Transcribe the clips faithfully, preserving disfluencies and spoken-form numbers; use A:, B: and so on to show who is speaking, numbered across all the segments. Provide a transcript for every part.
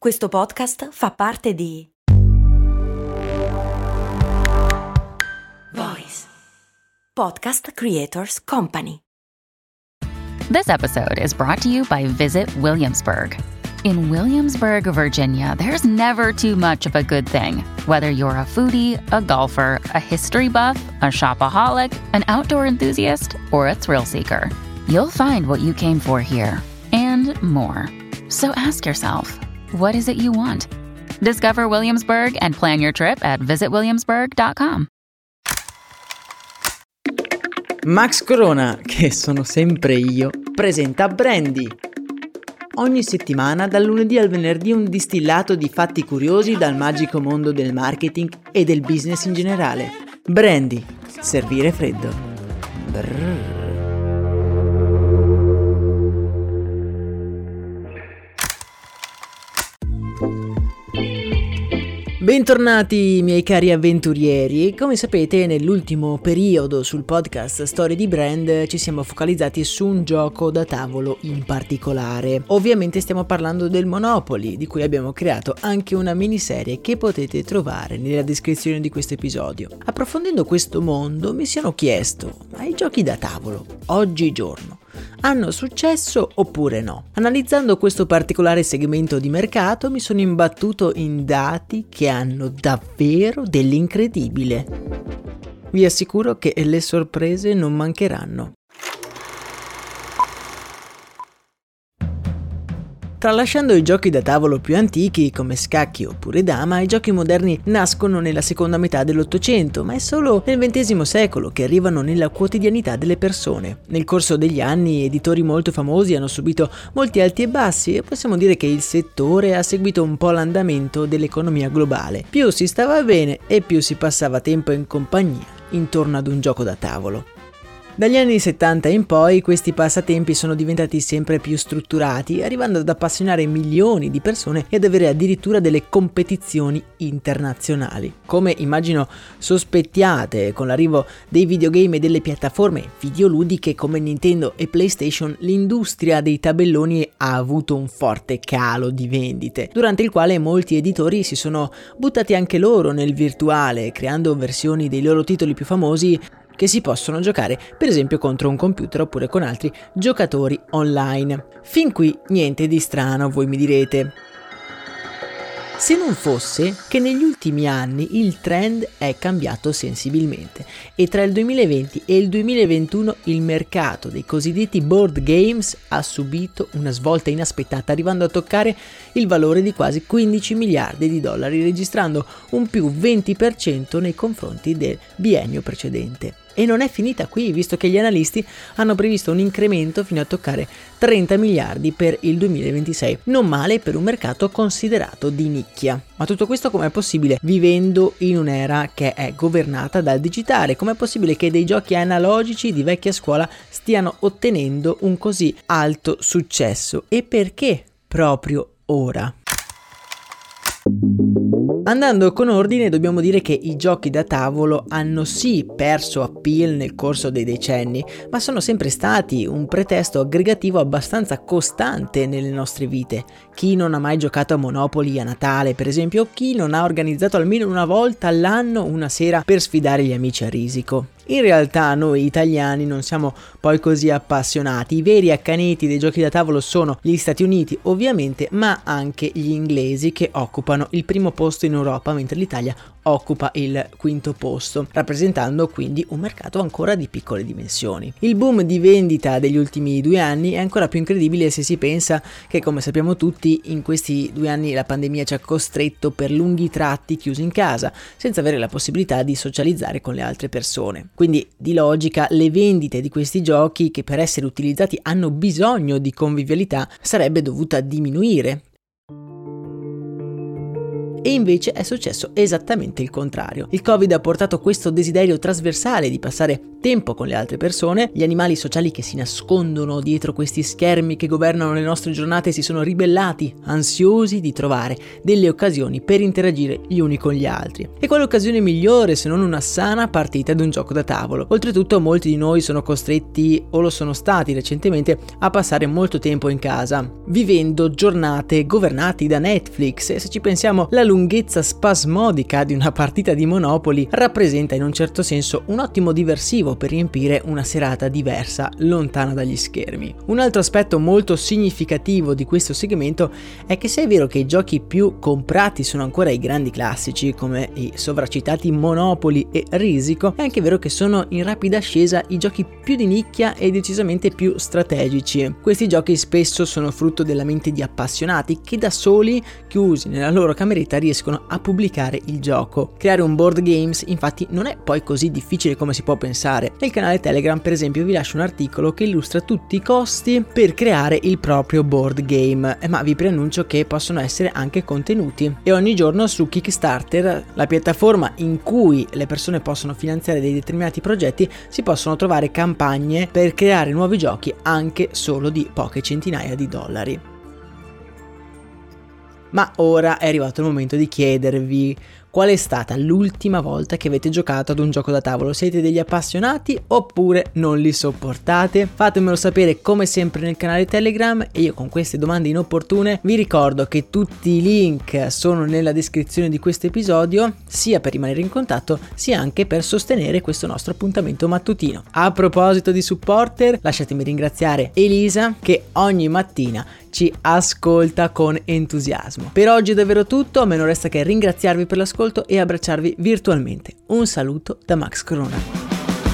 A: Questo podcast fa parte di Voice Podcast Creators Company.
B: This episode is brought to you by Visit Williamsburg. In Williamsburg, Virginia, there's never too much of a good thing. Whether you're a foodie, a golfer, a history buff, a shopaholic, an outdoor enthusiast, or a thrill seeker, you'll find what you came for here and more. So ask yourself, what is it you want? Discover Williamsburg and plan your trip at visit williamsburg dot com.
C: Max Corona, che sono sempre io, presenta Brandy. Ogni settimana, dal lunedì al venerdì, un distillato di fatti curiosi dal magico mondo del marketing e del business in generale. Brandy, servire freddo. Brrr. Bentornati miei cari avventurieri. Come sapete, nell'ultimo periodo sul podcast Storie di Brand ci siamo focalizzati su un gioco da tavolo in particolare. Ovviamente stiamo parlando del Monopoly, di cui abbiamo creato anche una miniserie che potete trovare nella descrizione di questo episodio. Approfondendo questo mondo mi sono chiesto, ma i giochi da tavolo, oggigiorno, hanno successo oppure no? Analizzando questo particolare segmento di mercato mi sono imbattuto in dati che hanno davvero dell'incredibile. Vi assicuro che le sorprese non mancheranno. Tralasciando i giochi da tavolo più antichi come scacchi oppure dama, i giochi moderni nascono nella seconda metà dell'Ottocento, ma è solo nel ventesimo secolo che arrivano nella quotidianità delle persone. Nel corso degli anni editori molto famosi hanno subito molti alti e bassi e possiamo dire che il settore ha seguito un po' l'andamento dell'economia globale. Più si stava bene e più si passava tempo in compagnia intorno ad un gioco da tavolo. Dagli anni settanta in poi questi passatempi sono diventati sempre più strutturati, arrivando ad appassionare milioni di persone e ad avere addirittura delle competizioni internazionali. Come immagino sospettiate, con l'arrivo dei videogame e delle piattaforme videoludiche come Nintendo e PlayStation, l'industria dei tabelloni ha avuto un forte calo di vendite, durante il quale molti editori si sono buttati anche loro nel virtuale, creando versioni dei loro titoli più famosi che si possono giocare per esempio contro un computer oppure con altri giocatori online. Fin qui niente di strano, voi mi direte. Se non fosse che negli ultimi anni il trend è cambiato sensibilmente e tra il duemilaventi e il duemilaventuno il mercato dei cosiddetti board games ha subito una svolta inaspettata, arrivando a toccare il valore di quasi quindici miliardi di dollari, registrando un più venti per cento nei confronti del biennio precedente. E non è finita qui, visto che gli analisti hanno previsto un incremento fino a toccare trenta miliardi per il duemilaventisei. Non male per un mercato considerato di nicchia. Ma tutto questo com'è possibile vivendo in un'era che è governata dal digitale? Com'è possibile che dei giochi analogici di vecchia scuola stiano ottenendo un così alto successo? E perché proprio ora? Andando con ordine, dobbiamo dire che i giochi da tavolo hanno sì perso appeal nel corso dei decenni, ma sono sempre stati un pretesto aggregativo abbastanza costante nelle nostre vite. Chi non ha mai giocato a Monopoly a Natale, per esempio, o chi non ha organizzato almeno una volta all'anno una sera per sfidare gli amici a risico. In realtà noi italiani non siamo poi così appassionati, i veri accaniti dei giochi da tavolo sono gli Stati Uniti ovviamente, ma anche gli inglesi che occupano il primo posto in Europa, mentre l'Italia occupa il quinto posto, rappresentando quindi un mercato ancora di piccole dimensioni. Il boom di vendita degli ultimi due anni è ancora più incredibile se si pensa che, come sappiamo tutti, in questi due anni la pandemia ci ha costretto per lunghi tratti chiusi in casa, senza avere la possibilità di socializzare con le altre persone. Quindi, di logica, le vendite di questi giochi, che per essere utilizzati hanno bisogno di convivialità, sarebbe dovuta diminuire. e invece è successo esattamente il contrario. Il Covid ha portato questo desiderio trasversale di passare tempo con le altre persone, gli animali sociali che si nascondono dietro questi schermi che governano le nostre giornate si sono ribellati, ansiosi di trovare delle occasioni per interagire gli uni con gli altri. E quale occasione migliore se non una sana partita di un gioco da tavolo? Oltretutto molti di noi sono costretti, o lo sono stati recentemente, a passare molto tempo in casa, vivendo giornate governate da Netflix, e se ci pensiamo la lunghezza spasmodica di una partita di Monopoly rappresenta in un certo senso un ottimo diversivo per riempire una serata diversa lontana dagli schermi. Un altro aspetto molto significativo di questo segmento è che se è vero che i giochi più comprati sono ancora i grandi classici come i sovracitati Monopoly e Risico, è anche vero che sono in rapida ascesa i giochi più di nicchia e decisamente più strategici. Questi giochi spesso sono frutto della mente di appassionati che da soli, chiusi nella loro cameretta, riescono a pubblicare il gioco. Creare un board games infatti non è poi così difficile come si può pensare. Nel canale Telegram, per esempio, vi lascio un articolo che illustra tutti i costi per creare il proprio board game, ma vi preannuncio che possono essere anche contenuti. E ogni giorno su Kickstarter, la piattaforma in cui le persone possono finanziare dei determinati progetti, si possono trovare campagne per creare nuovi giochi anche solo di poche centinaia di dollari. Ma ora è arrivato il momento di chiedervi: qual è stata l'ultima volta che avete giocato ad un gioco da tavolo? Siete degli appassionati oppure non li sopportate? Fatemelo sapere come sempre nel canale Telegram, e io con queste domande inopportune vi ricordo che tutti i link sono nella descrizione di questo episodio, sia per rimanere in contatto sia anche per sostenere questo nostro appuntamento mattutino. A proposito di supporter, lasciatemi ringraziare Elisa che ogni mattina ci ascolta con entusiasmo. Per oggi è davvero tutto, a me non resta che ringraziarvi per l'ascolto e abbracciarvi virtualmente. Un saluto da Max Corona.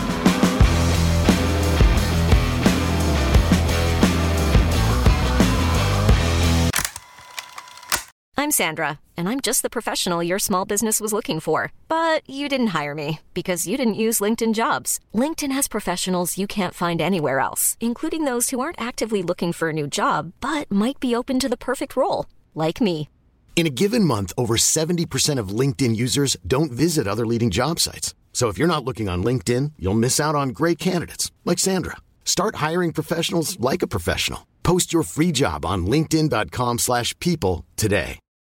D: I'm Sandra, and I'm just the professional your small business was looking for. But you didn't hire me because you didn't use LinkedIn Jobs. LinkedIn has professionals you can't find anywhere else, including those who aren't actively looking for a new job, but might be open to the perfect role, like me.
E: In a given month, over seventy percent of LinkedIn users don't visit other leading job sites. So if you're not looking on LinkedIn, you'll miss out on great candidates like Sandra. Start hiring professionals like a professional. Post your free job on linkedin dot com slash people today.